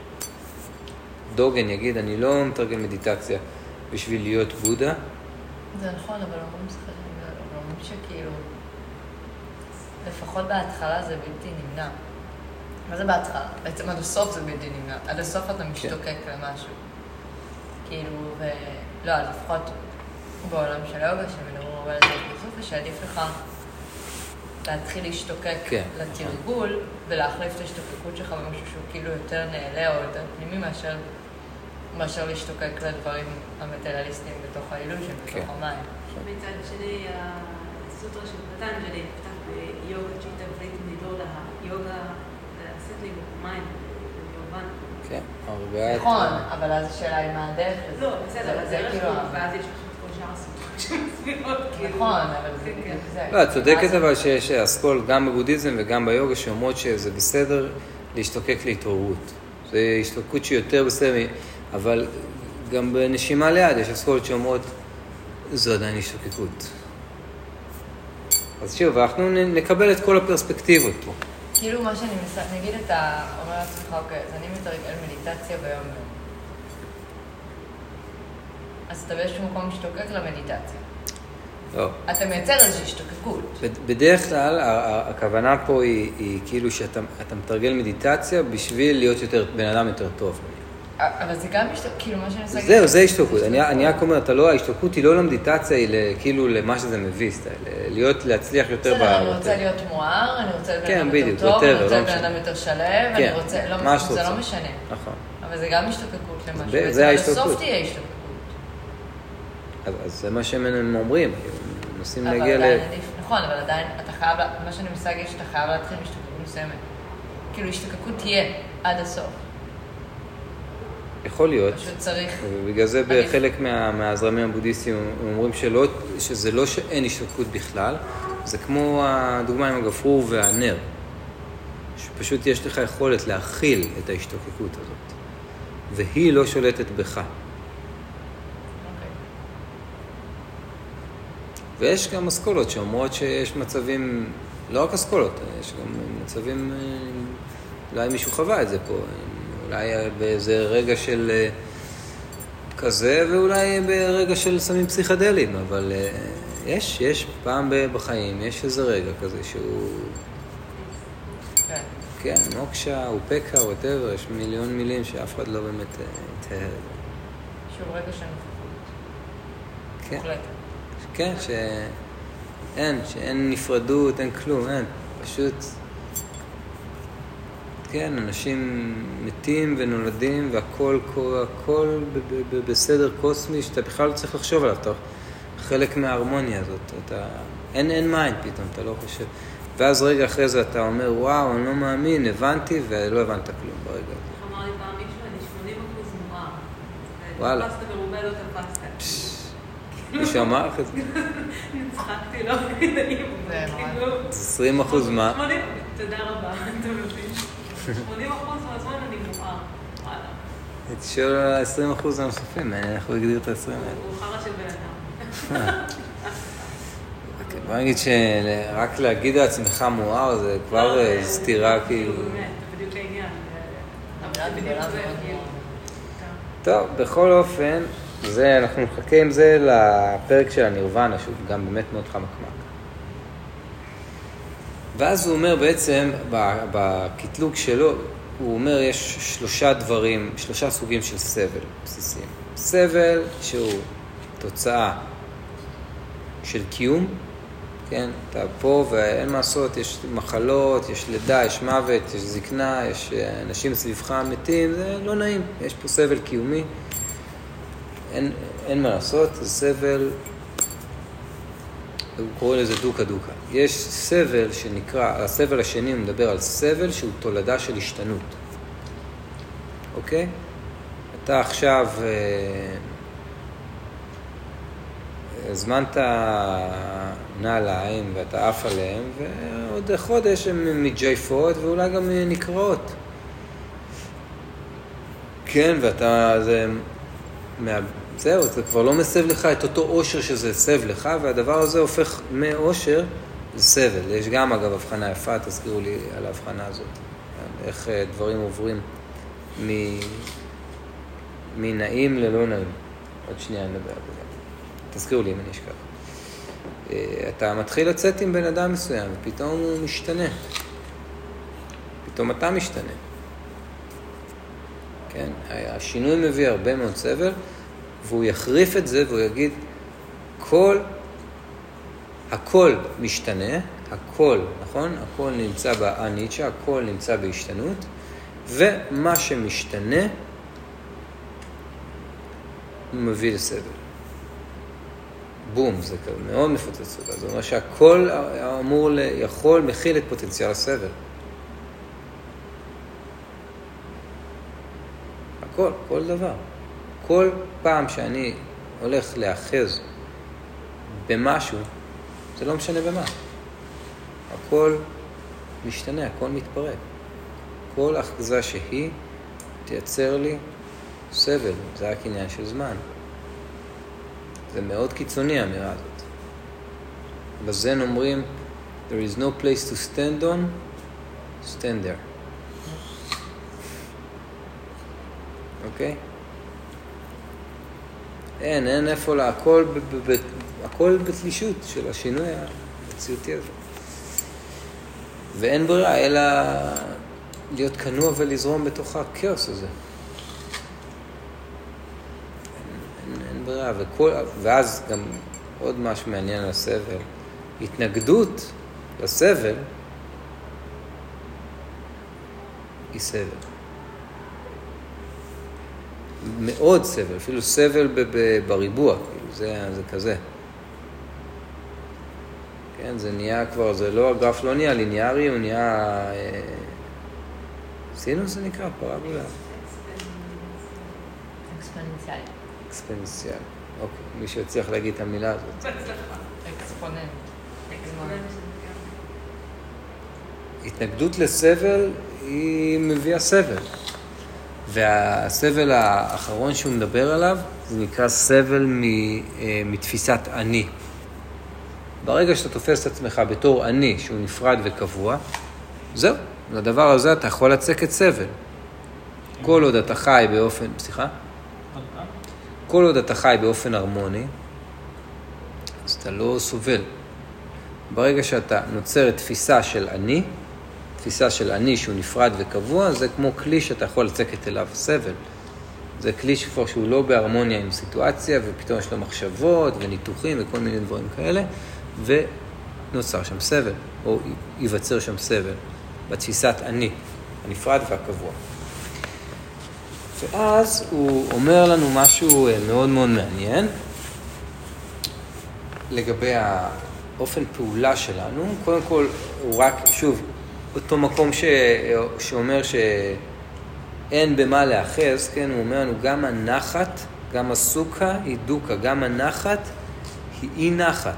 דוגן יגיד, אני לא מתרגל מדיטציה בשביל להיות בודה. זה נכון, אבל אומרים שכאילו, לפחות בהתחלה זה בלתי נמנע. מה זה בהתחלה? בעצם עד הסוף זה בלתי נמנע. עד הסוף אתה משתוקק למשהו. כאילו, לא, לפחות בעולם של יוגה, שמדברים הרבה על זה בסוף, ושעדיף לך להתחיל להשתוקק כן. לתרגול, ולהחליף את ההשתוקקות שלך במשהו שהוא כאילו יותר נעלה או יותר פנימי מאשר להשתוקק לדברים המטריאליסטיים בתוך האילוז'ן, בתוך המים. מצד שני, הסוטרה של פטנג'לי נפתח ביוגה צ'יטה וליט מידודה, היוגה לעשות לי מים, ביובן. כן, הרבה... נכון, אבל אז השאלה היא מה הדרך לזה. לא, בסדר, זה ערך כאילו... טוב, ואז יש לך את כל שאר הסוטרות שמסבירות. נכון, אבל זה בדיוק זה. לא, את צודקת אבל שיש אסכול גם בבודהיזם וגם ביוגה שאומרות שזה בסדר להשתוקק להתעוררות. זה השתוקקות שהיא יותר בסדר, אבל גם בנשימה ליד יש אסכולות שאומרות זו עדיין השתוקקות. אז שוב, אנחנו נקבל את כל הפרספקטיבות פה. כאילו מה שאני נגיד אתה אומר לעצמך, אוקיי, אז אני מתרגל מדיטציה ביום יום. אז אתה באיזשהו מקום משתוקק למדיטציה. לא. אתה מייצר איזושהי השתוקקות. בדרך כלל, הכוונה פה היא כאילו שאתה מתרגל מדיטציה בשביל להיות בן אדם יותר טוב. אבל זה גם כאילו מה שאני עושה... זהו, זה השתוקקות. אני רק אומר, ההשתוקקות היא לא למדיטציה, היא כאילו למה שזה מביא, להצליח יותר בסדר, אני רוצה להיות מואר, אני רוצה להיות בן אדם יותר טוב, אני רוצה להיות בן אדם יותר שלב, אני רוצה... זה לא משנה. נכון. אבל זה גם השתוקקות למשהו. זה ההשתוקקות. בסוף תהיה השתוקקות. אז זה מה שהם אומרים, מנסים להגיע אבל עדיין עדיף, נכון, אבל עדיין אתה חייב, מה שאני מנסה להגיד שאתה חייב להתחיל מהשתוקקות מסוימת. כאילו השתוקקות תהיה עד הסוף. יכול להיות. פשוט צריך... ובגלל זה בחלק מהזרמים הבודהיסטיים אומרים שזה לא שאין השתוקקות בכלל, זה כמו הדוגמה עם הגפרור והנר, שפשוט יש לך יכולת להכיל את ההשתוקקות הזאת, והיא לא שולטת בך. ויש גם אסכולות שאומרות שיש מצבים, לא רק אסכולות, יש גם מצבים, אולי מישהו חווה את זה פה, אולי באיזה רגע של כזה, ואולי ברגע של סמים פסיכדליים, אבל יש פעם בחיים, יש איזה רגע כזה שהוא... כן, מוקשה, אופקה, whatever, יש מיליון מילים שאף אחד לא באמת יתאר. שהוא רגע של נוכחות. כן. מוחלטת. כן, שאין נפרדות, אין כלום, אין. פשוט, כן, אנשים מתים ונולדים, והכל בסדר קוסמי, שאתה בכלל לא צריך לחשוב עליו, אתה חלק מההרמוניה הזאת. אין מים פתאום, אתה לא חושב. ואז רגע אחרי זה אתה אומר, וואו, אני לא מאמין, הבנתי, ולא הבנת כלום ברגע הזה. אמר לי פעם מישהו, אני 80% מואר. וואלה. תפסת מרובה לא תפסת. מישהו אמר לך את זה? נצחקתי, לא? זה 20% מה? תודה רבה, אתה מבין. 80% מהזמן אני מואר. וואלה. תשאול על 20% הנוספים, איך הוא הגדיר את ה-20 האלה? הוא חרא של בן אדם. בוא נגיד שרק להגיד לעצמך מואר זה כבר סתירה כאילו... באמת, זה בדיוק העניין. אמירה גדולה מאוד. טוב, בכל אופן, אנחנו נחכה עם זה לפרק של הנירוונה, שהוא גם באמת מאוד חמקמק. ואז הוא אומר בעצם, בקטלוג שלו, הוא אומר יש שלושה סוגים של סבל בסיסיים. סבל שהוא תוצאה של קיום, כן, אתה פה ואין מה לעשות, יש מחלות, יש לידה, יש מוות, יש זקנה, יש אנשים סביבך מתים, זה לא נעים, יש פה סבל קיומי, אין מה לעשות, זה סבל, הוא קורא לזה דוקה. יש סבל שנקרא, הסבל השני הוא מדבר על סבל שהוא תולדה של השתנות, אוקיי? אתה עכשיו הזמנת נעליים ואתה עף עליהם, ועוד חודש הן מתג'ייפות ואולי גם נקראות. כן, ואתה, זהו, זה כבר לא מסב לך את אותו אושר שזה סב לך, והדבר הזה הופך מאושר לסבל. יש גם אגב הבחנה יפה, תזכירו לי על ההבחנה הזאת. איך דברים עוברים מנעים ללא נעים. עוד שנייה נדבר על זה. תזכירו לי אם אני אשכח. אתה מתחיל לצאת עם בן אדם מסוים, ופתאום הוא משתנה. פתאום אתה משתנה. כן? השינוי מביא הרבה מאוד סבל, והוא יחריף את זה, והוא יגיד, הכל משתנה, הכל, נכון? הכל נמצא באניצ'ה, הכל נמצא בהשתנות, ומה שמשתנה מביא לסבל. בום, זה מאוד מפוצץ אותה. זאת אומרת שהכל יכול, מכיל את פוטנציאל הסבל. הכל, כל דבר. כל פעם שאני הולך להאחז במשהו, זה לא משנה במה. הכל משתנה, הכל מתפרק. כל אחזה שהיא תייצר לי סבל. זה רק עניין של זמן. זה מאוד קיצוני האמירה הזאת. בזן אומרים, there is no place to stand on, stand there. אוקיי? אין איפה לה, הכל בתלישות של השינוי המציאותי הזה. ואין ברירה, אלא להיות כנוע ולזרום בתוך הכאוס הזה. אין ברירה, ואז גם עוד משהו מעניין על הסבל. התנגדות לסבל היא סבל. מאוד סבל, אפילו סבל בריבוע, כאילו זה כזה. כן, זה נהיה כבר, זה לא, הגרף לא נהיה ליניארי, הוא נהיה סינוס זה נקרא, פרבולה. אקספוננציאלי. אקספוננציאלי. אוקיי, מי שיצליח להגיד את המילה הזאת. אקספוננט. התנגדות לסבל היא מביאה סבל. והסבל האחרון שהוא מדבר עליו, זה נקרא סבל מתפיסת אני. ברגע שאתה תופס את עצמך בתור אני, שהוא נפרד וקבוע, זהו, לדבר הזה אתה יכול לצקת סבל. כל עוד אתה חי באופן, כל עוד אתה חי באופן הרמוני, אז אתה לא סובל. ברגע שאתה נוצר תפיסה של אני, תפיסה של אני שהוא נפרד וקבוע, זה כמו כלי שאתה יכול לצקת אליו סבל. זה כלי שהוא לא בהרמוניה עם סיטואציה, ופתאום יש לו מחשבות וניתוחים וכל מיני דברים כאלה, ונוצר שם סבל, או ייווצר שם סבל, בתפיסת אני, הנפרד והקבוע. ואז הוא אומר לנו משהו מאוד מאוד מעניין, לגבי האופן פעולה שלנו. קודם כל, הוא רק, שוב, אותו מקום שאומר שאין במה להאחז, כן, הוא אומר לנו, גם הנחת, גם הסוכה היא דוקה, גם הנחת היא אי נחת.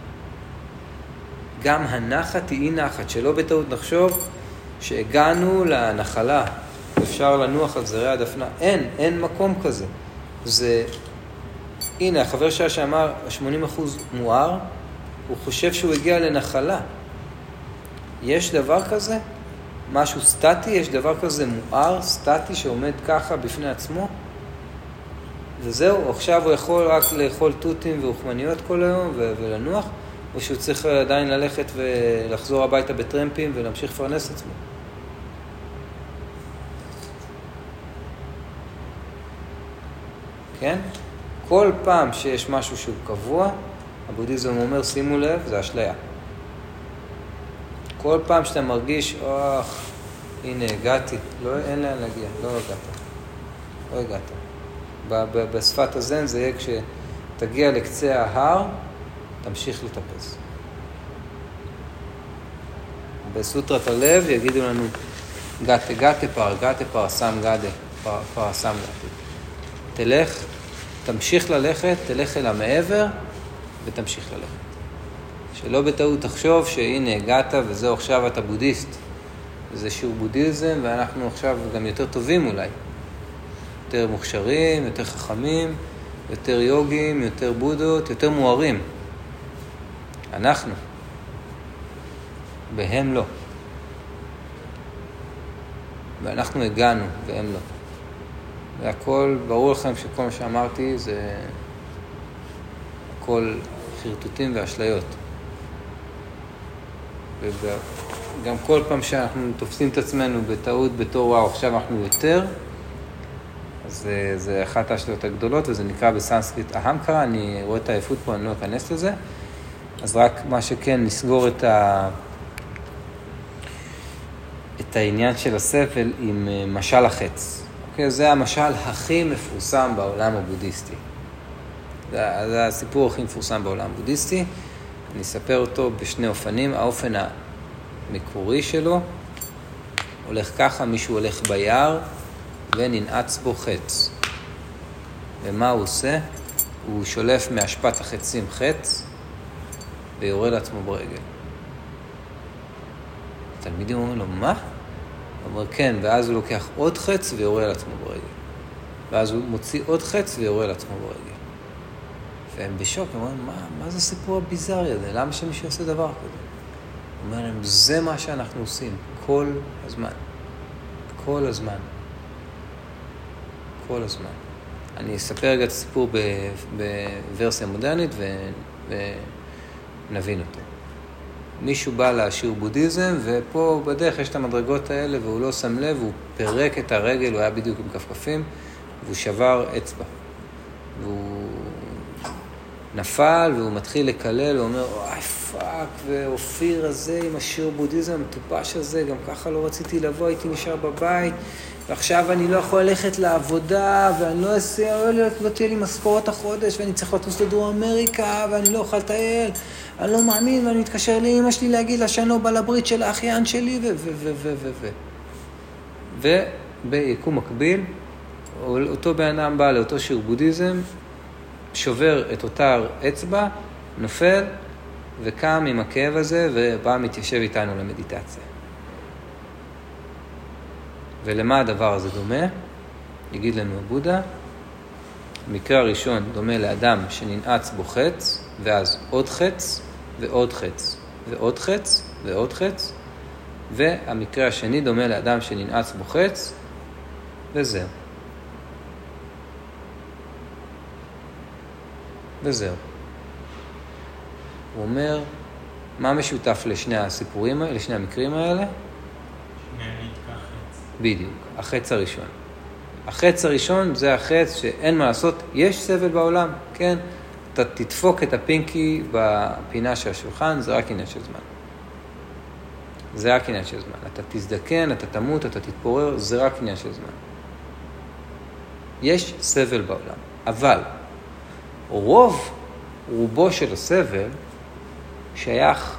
גם הנחת היא אי נחת, שלא בטעות נחשוב שהגענו לנחלה, אפשר לנוח על זרי הדפנה. אין מקום כזה. זה, הנה, החבר שלה שאמר, 80% מואר, הוא חושב שהוא הגיע לנחלה. יש דבר כזה? משהו סטטי? יש דבר כזה מואר, סטטי, שעומד ככה בפני עצמו? וזהו, עכשיו הוא יכול רק לאכול טוטים ואוכמניות כל היום ולנוח, או שהוא צריך עדיין ללכת ולחזור הביתה בטרמפים ולהמשיך לפרנס עצמו? כן? כל פעם שיש משהו שהוא קבוע, הבודהיזם אומר, שימו לב, זה אשליה. כל פעם שאתה מרגיש, הנה, הגעתי, לא, אין לאן להגיע, לא הגעת. בשפת הזן זה יהיה כשתגיע לקצה ההר, תמשיך לטפס. בסוטרת הלב יגידו לנו, גאטה פרסם גאטה. תלך, תמשיך ללכת, תלך אל המעבר ותמשיך ללכת. שלא בטעות תחשוב שהנה הגעת וזהו עכשיו אתה בודהיסט. זה שיעור בודהיזם ואנחנו עכשיו גם יותר טובים אולי. יותר מוכשרים, יותר חכמים, יותר יוגים, יותר בודות, יותר מוארים. אנחנו. בהם לא. ואנחנו הגענו והם לא. והכל, ברור לכם שכל מה שאמרתי זה הכל חרטוטים ואשליות. וגם כל פעם שאנחנו תופסים את עצמנו בטעות בתור וואו, עכשיו אנחנו יותר, אז זה אחת האשליות הגדולות, וזה נקרא בסנסקריט אהמקרה. אני רואה את העייפות פה, אני לא אכנס לזה. אז רק מה שכן, נסגור את העניין של הסבל עם משל החץ. אוקיי? זה המשל הכי מפורסם בעולם הבודהיסטי. זה הסיפור הכי מפורסם בעולם הבודהיסטי. אני אספר אותו בשני אופנים. האופן המקורי שלו הולך ככה, מישהו הולך ביער וננעץ בו חץ. ומה הוא עושה? הוא שולף מהשפת החצים חץ ויורה לעצמו ברגל. תלמידים אומרים לו, מה? הוא אומר, כן, ואז הוא לוקח עוד חץ ויורה לעצמו ברגל. ואז הוא מוציא עוד חץ ויורה לעצמו ברגל. והם בשוק, הם אומרים, מה זה הסיפור הביזארי הזה? למה שמישהו יעשה דבר כזה? הוא אומר להם, זה מה שאנחנו עושים כל הזמן. כל הזמן. כל הזמן. אני אספר רגע את הסיפור בוורסיה מודרנית ונבין אותו. מישהו בא להשאיר בודהיזם, ופה בדרך יש את המדרגות האלה, והוא לא שם לב, הוא פרק את הרגל, הוא היה בדיוק עם כפכפים, והוא שבר אצבע. והוא נפל, והוא מתחיל לקלל, הוא אומר, אוי פאק, ואופיר הזה עם השיעור בודהיזם, המטופש הזה, גם ככה לא רציתי לבוא, הייתי נשאר בבית, ועכשיו אני לא יכול ללכת לעבודה, ואני לא אעשה, לא תהיה לי משכורת החודש, ואני צריך לטוס לדרום אמריקה, ואני לא אוכל לטייל, אני לא מאמין, ואני מתקשר לאמא שלי להגיד לה שאני לא בא לברית של האחיין שלי, וביקום מקביל, אותו בן אדם בא לאותו שיעור בודהיזם, שובר את אותה אצבע, נופל, וקם עם הכאב הזה, ובא מתיישב איתנו למדיטציה. ולמה הדבר הזה דומה? יגיד לנו הבודה, המקרה הראשון דומה לאדם שננעץ בו חץ, ואז עוד חץ, ועוד חץ, ועוד חץ, ועוד חץ, והמקרה השני דומה לאדם שננעץ בו חץ, וזהו. וזהו. הוא אומר, מה משותף לשני הסיפורים, לשני המקרים האלה? בדיוק, החץ הראשון. החץ הראשון זה החץ שאין מה לעשות, יש סבל בעולם, כן? אתה תדפוק את הפינקי בפינה של השולחן, זה רק עניין של זמן. זה רק עניין של זמן. אתה תזדקן, אתה תמות, אתה תתפורר, זה רק עניין של זמן. יש סבל בעולם, אבל רובו של הסבל שייך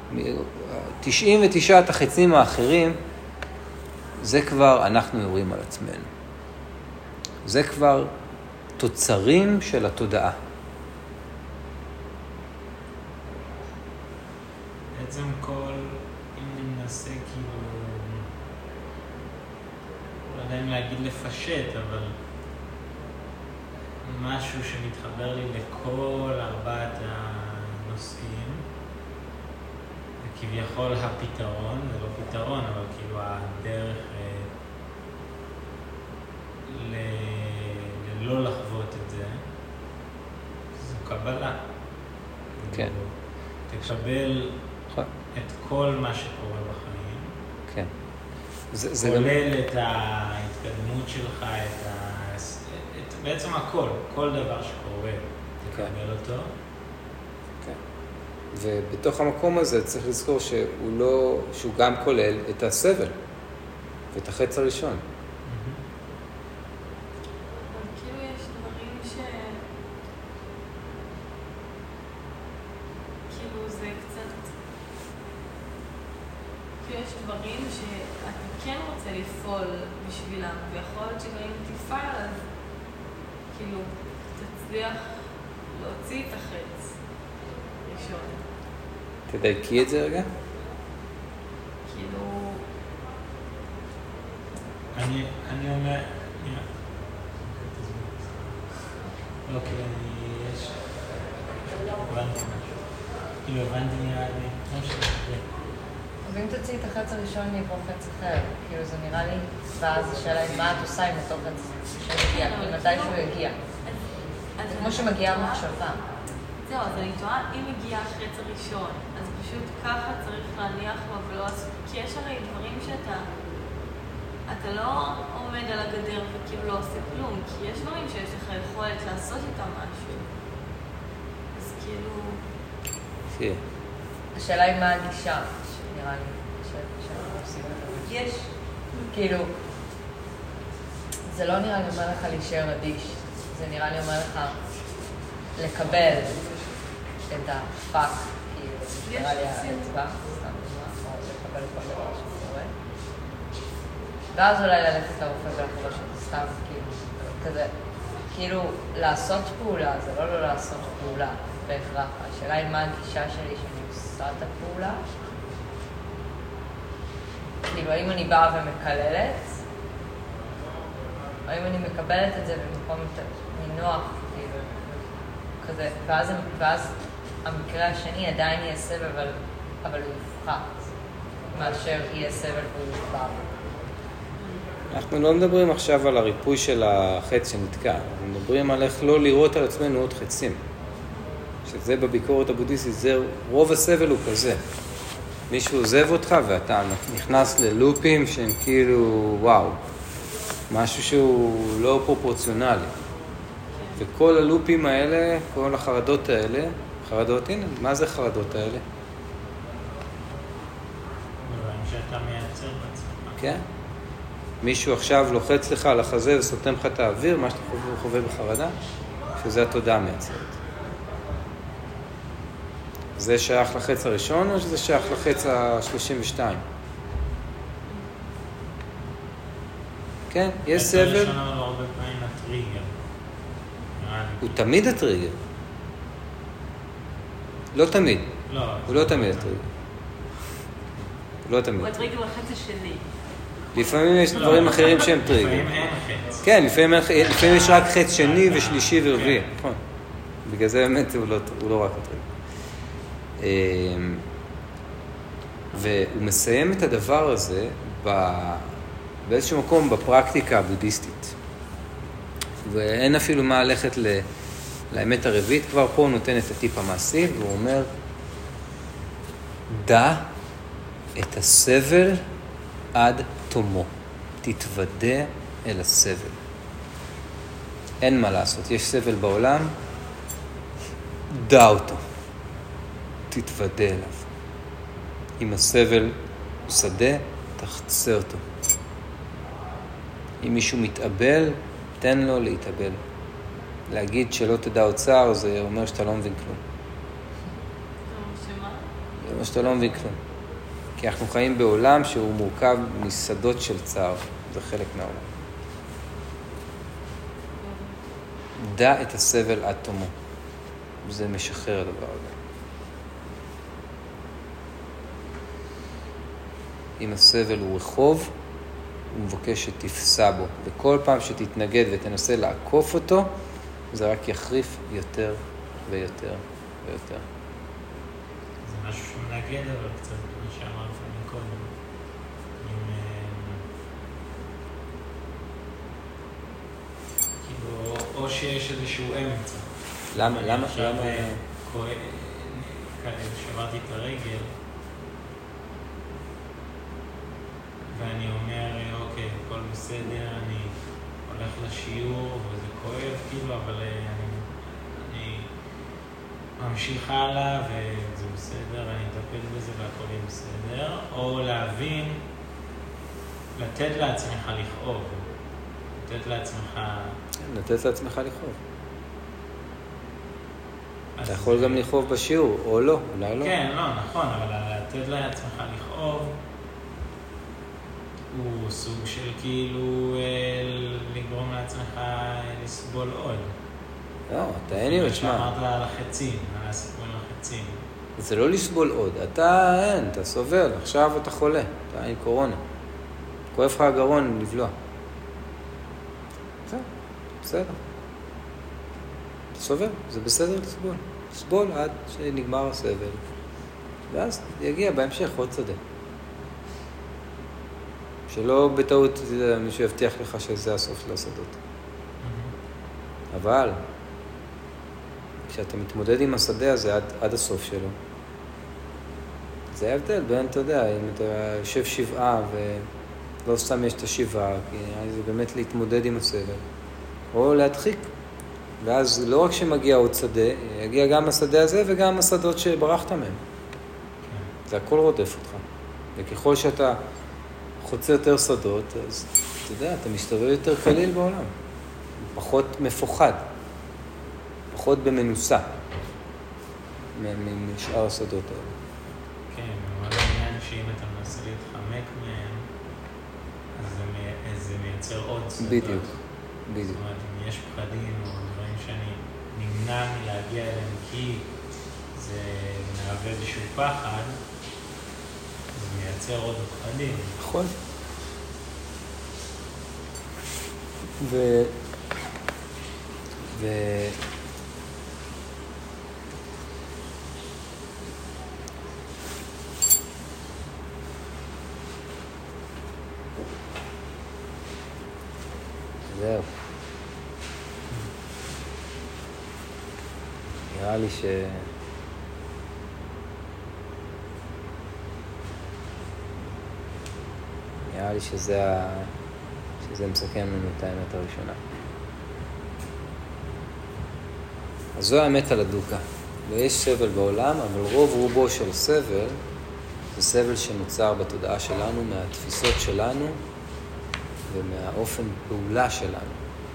99 החצים האחרים, זה כבר אנחנו יורים על עצמנו. זה כבר תוצרים של התודעה. בעצם כל, אם ננסה כאילו, לא יודע אם להגיד לפשט, אבל משהו שמתחבר לי לכל ארבעת הנושאים, וכביכול הפתרון, זה לא פתרון, אבל כאילו הדרך לא לחוות את זה, זו קבלה. כן. תקבל את כל מה שקורה בחיים. כן. כולל את ההתקדמות שלך, בעצם הכל, כל דבר שקורה, תקבל אותו. כן. ובתוך המקום הזה צריך לזכור שהוא גם כולל את הסבל ואת החץ הראשון. יש דברים שאתה כן רוצה לפעול בשבילם, ויכול להיות שגם אם תפעל, אז כאילו תצליח להוציא את החץ ראשון. תדייקי את זה רגע? כאילו... אני אומר... אוקיי, יש... הבנתי משהו. כאילו הבנתי נראה לי... אז אם תוציא את החץ הראשון, יבוא חץ אחר. כאילו זה נראה לי, ואז השאלה היא מה את עושה עם אותו חץ שיגיע, מתי שהוא יגיע. זה כמו שמגיעה מחשבה. זהו, אז אני טועה, אם הגיע החץ הראשון, אז פשוט ככה צריך להניח לו ולא... כי יש הרי דברים אתה לא עומד על הגדר וכאילו לא עושה כלום, כי יש דברים שיש לך יכולת לעשות איתם משהו. אז כאילו... תראה. השאלה היא מה הגישה, שנראה לי, שאנחנו עושים את זה. יש. כאילו, זה לא נראה לי אומר לך להישאר אדיש, זה נראה לי אומר לך לקבל את הפאק, כאילו, נראה לי האצבע, סתם דוגמה, או לקבל כל דבר שקורה. ואז אולי ללכת לרופא ולחבר שזה סתם, כאילו, כזה, כאילו, לעשות פעולה, זה לא לעשות פעולה בהכרח. השאלה היא מה הגישה שלי שאני עושה את הפעולה. כאילו, האם אני באה ומקללת, או אם אני מקבלת את זה במקום נינוח, כאילו, כזה, ואז המקרה השני עדיין יהיה סבל, אבל הוא יפחת, מאשר יהיה סבל והוא יפחת. אנחנו לא מדברים עכשיו על הריפוי של החץ שנתקע, אנחנו מדברים על איך לא לראות על עצמנו עוד חצים. שזה בביקורת הבודהיסטית, זה רוב הסבל הוא כזה. מישהו עוזב אותך ואתה נכנס ללופים שהם כאילו, וואו, משהו שהוא לא פרופורציונלי. וכל הלופים האלה, כל החרדות האלה, חרדות, הנה, מה זה חרדות האלה? דברים שאתה מייצר בעצמך. כן. מישהו עכשיו לוחץ לך על החזה וסותם לך את האוויר, מה שאתה חווה בחרדה, שזה התודעה מייצרת. זה שייך לחץ הראשון או שזה שייך לחץ ה-32? כן, יש סבל. החץ הראשון אבל הרבה פעמים הטריגר. הוא תמיד הטריגר. לא תמיד. לא. הוא לא תמיד הטריגר. הוא לא תמיד. הוא הטריגר לחץ השני. לפעמים יש דברים אחרים שהם טריגר. לפעמים אין חץ. כן, לפעמים יש רק חץ שני ושלישי ורביעי. נכון. בגלל זה באמת הוא לא רק הטריגר. והוא מסיים את הדבר הזה באיזשהו מקום בפרקטיקה הבודהיסטית. ואין אפילו מה ללכת לאמת הרביעית, כבר פה הוא נותן את הטיפ המעשי, והוא אומר, דע את הסבל עד תומו, תתוודע אל הסבל. אין מה לעשות, יש סבל בעולם, דע אותו, תתוודע אליו. אם הסבל הוא שדה, תחצה אותו. אם מישהו מתאבל, תן לו להתאבל. להגיד שלא תדע אוצר, זה אומר שאתה לא מבין כלום. שמה? זה אומר שאתה לא מבין כלום. כי אנחנו חיים בעולם שהוא מורכב מסדות של צער. זה חלק מהעולם. דע את הסבל עד תומו. זה משחרר הדבר הזה. אם הסבל הוא רחוב, הוא מבקש שתפסע בו. וכל פעם שתתנגד ותנסה לעקוף אותו, זה רק יחריף יותר ויותר ויותר. זה משהו שמנגד אבל קצת, מה שאמרת מקודם. כאילו, או שיש איזשהו אמצע. למה? שברתי את הרגל, ואני אומר, אוקיי, הכל בסדר, אני הולך לשיעור, וזה כואב, כאילו, אבל אני ממשיך הלאה, וזה בסדר, אני אטפל בזה והכל יהיה בסדר. או להבין, לתת לעצמך לכאוב, לתת לעצמך לכאוב. אתה יכול גם לכאוב בשיעור, או לא, אולי לא. כן, לא, נכון, אבל לתת לעצמך לכאוב, הוא סוג של כאילו לגרום לעצמך לסבול עוד. לא, אתה אין לי, תשמע. שאמרת על החצים, על הסיפור עם החצים. זה לא לסבול עוד, אתה סובל, עכשיו אתה חולה, אתה עם קורונה. כואב לך הגרון לבלוע. בסדר. אתה סובל, זה בסדר לסבול. לסבול עד שנגמר הסבל. ואז יגיע בהמשך עוד שדה. שלא בטעות מישהו יבטיח לך שזה הסוף של השדות. אבל כשאתה מתמודד עם השדה הזה עד הסוף שלו, זה ההבדל בין, אתה יודע, אם אתה יושב שבעה ולא סתם יש את השבעה, כי זה באמת להתמודד עם הסבל, או להדחיק ואז לא רק שמגיע עוד שדה, יגיע גם השדה הזה וגם השדות שברחת מהם. זה הכל רודף אותך. וככל שאתה חוצה יותר שדות, אז אתה יודע, אתה מסתובב יותר קליל בעולם. פחות מפוחד. פחות במנוסה. משאר השדות האלה. כן, אבל העניין שאם אתה מנסה להתחמק מהם, אז זה מייצר עוד שדות. בדיוק. זאת אומרת, אם יש פחדים או דברים שאני נמנע מלהגיע אליהם כי זה מהווה איזשהו פחד, זה מייצר עוד פחדים. נכון. זהו. נראה לי שזה מסכם לנו את האמת הראשונה. אז זו האמת על הדוקה. ויש סבל בעולם, אבל רוב רובו של סבל זה סבל שנוצר בתודעה שלנו, מהתפיסות שלנו ומהאופן פעולה שלנו.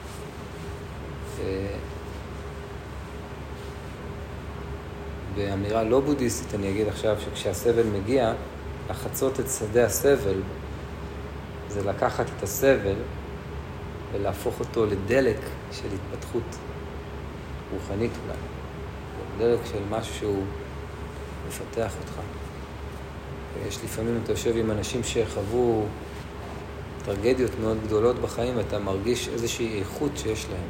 באמירה לא בודהיסטית אני אגיד עכשיו שכשהסבל מגיע, לחצות את שדה הסבל זה לקחת את הסבל ולהפוך אותו לדלק של התפתחות רוחנית אולי. דלק של משהו שהוא מפתח אותך. יש לפעמים אתה יושב עם אנשים שחוו טרגדיות מאוד גדולות בחיים ואתה מרגיש איזושהי איכות שיש להם.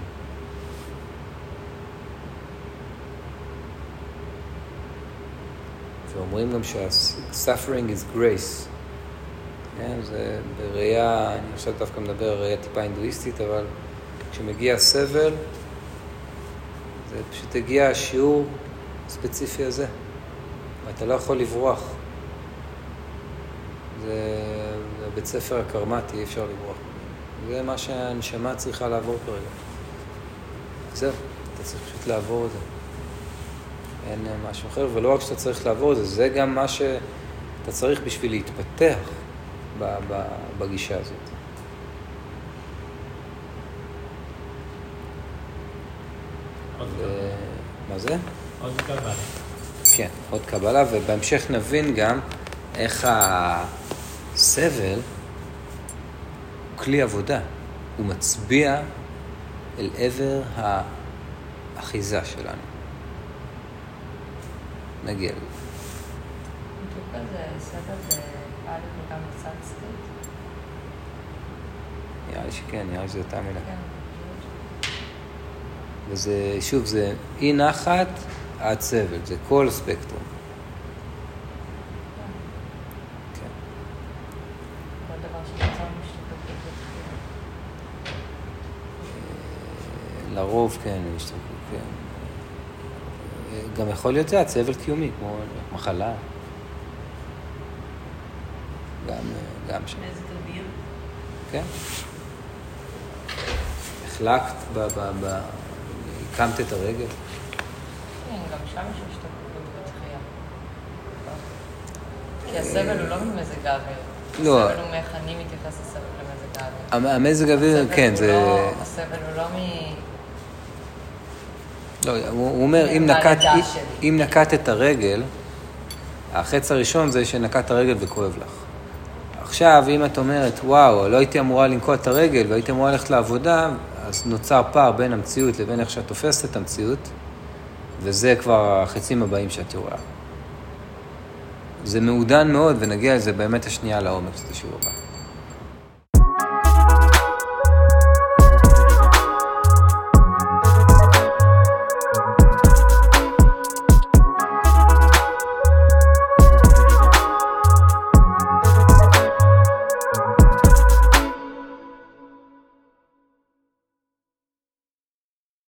ואומרים גם שה-suffering is grace. זה בראייה, אני עכשיו דווקא מדבר על ראייה טיפה הינדואיסטית, אבל כשמגיע סבל, זה פשוט הגיע השיעור הספציפי הזה. ואתה לא יכול לברוח. זה בית ספר הקרמטי, אי אפשר לברוח. זה מה שהנשמה צריכה לעבור כרגע. זהו, אתה צריך פשוט לעבור את זה. אין משהו אחר, ולא רק שאתה צריך לעבור את זה, זה גם מה שאתה צריך בשביל להתפתח בגישה הזאת. מה זה? עוד קבלה. כן, עוד קבלה, ובהמשך נבין גם איך הסבל הוא כלי עבודה. הוא מצביע אל עבר האחיזה שלנו. נגיע לזה. דוקה זה סבל א' וגם קצת סטית? נראה לי שכן, נראה לי שזה אותה מילה. כן. וזה, שוב, זה אי נחת עד סבל, זה כל ספקטרום. כן. כל דבר שנוצר משתתף בזה. לרוב כן, משתתף, כן. גם יכול להיות זה סבל קיומי, כמו מחלה. גם שם. מזג אוויר. כן. החלקת הקמת את הרגל. כן, גם שם יש השתתפות בתחייה. כי הסבל הוא לא ממזג האוויר. לא. הסבל הוא מאיך אני מתייחס לסבל למזג האוויר. המזג האוויר, כן, זה... הסבל הוא לא לא, הוא אומר, אם נקט את הרגל, החץ הראשון זה שנקט את הרגל וכואב לך. עכשיו, אם את אומרת, וואו, לא הייתי אמורה לנקוט את הרגל והייתי אמורה ללכת לעבודה, אז נוצר פער בין המציאות לבין איך שאת תופסת את המציאות, וזה כבר החצים הבאים שאת רואה. זה מעודן מאוד, ונגיע לזה באמת השנייה לעומק, זה שיעור הבא.